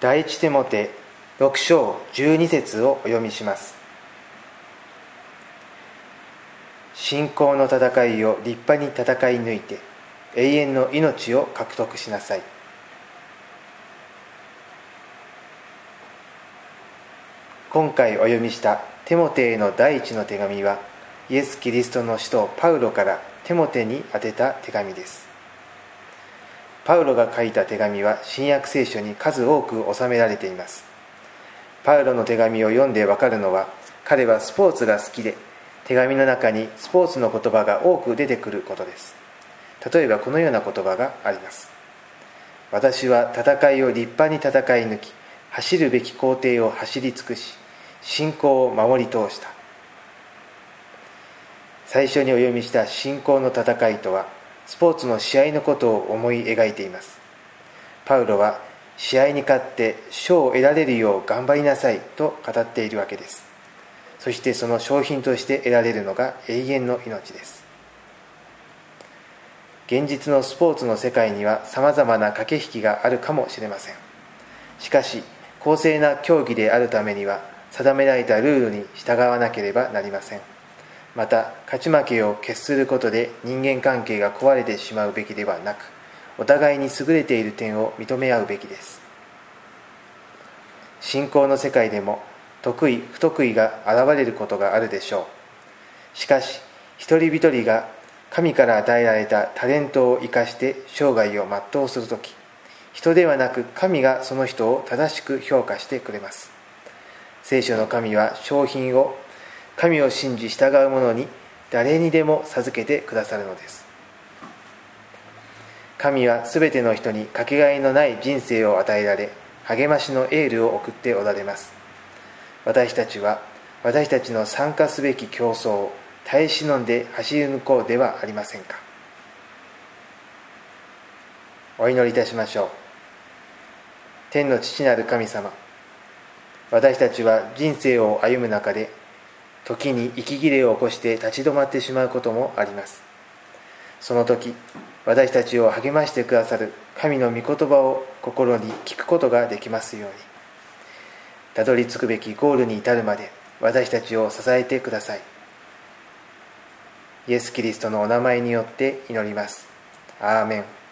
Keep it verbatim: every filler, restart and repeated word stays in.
第一テモテろく章じゅうに節をお読みします。信仰の戦いを立派に戦い抜いて永遠の命を獲得しなさい。今回お読みしたテモテへの第一の手紙は、イエス・キリストの使徒パウロからテモテに宛てた手紙です。パウロが書いた手紙は新約聖書に数多く収められています。パウロの手紙を読んでわかるのは、彼はスポーツが好きで、手紙の中にスポーツの言葉が多く出てくることです。例えばこのような言葉があります。私は戦いを立派に戦い抜き、走るべき工程を走り尽くし、信仰を守り通した。最初にお読みした信仰の戦いとは、スポーツの試合のことを思い描いています。パウロは試合に勝って賞を得られるよう頑張りなさいと語っているわけです。そしてその商品として得られるのが永遠の命です。現実のスポーツの世界にはさまざまな駆け引きがあるかもしれません。しかし公正な競技であるためには、定められたルールに従わなければなりません。また勝ち負けを決することで人間関係が壊れてしまうべきではなく、お互いに優れている点を認め合うべきです。信仰の世界でも得意不得意が現れることがあるでしょう。しかし一人一人が神から与えられたタレントを生かして生涯を全うするとき、人ではなく神がその人を正しく評価してくれます。聖書の神は商品を神を信じ従う者に誰にでも授けてくださるのです。神はすべての人にかけがえのない人生を与えられ、励ましのエールを送っておられます。私たちは私たちの参加すべき競争を耐え忍んで走り抜こうではありませんか。お祈りいたしましょう。天の父なる神様、私たちは人生を歩む中で、時に息切れを起こして立ち止まってしまうこともあります。その時、私たちを励ましてくださる神の御言葉を心に聞くことができますように、たどり着くべきゴールに至るまで私たちを支えてください。イエス・キリストのお名前によって祈ります。アーメン。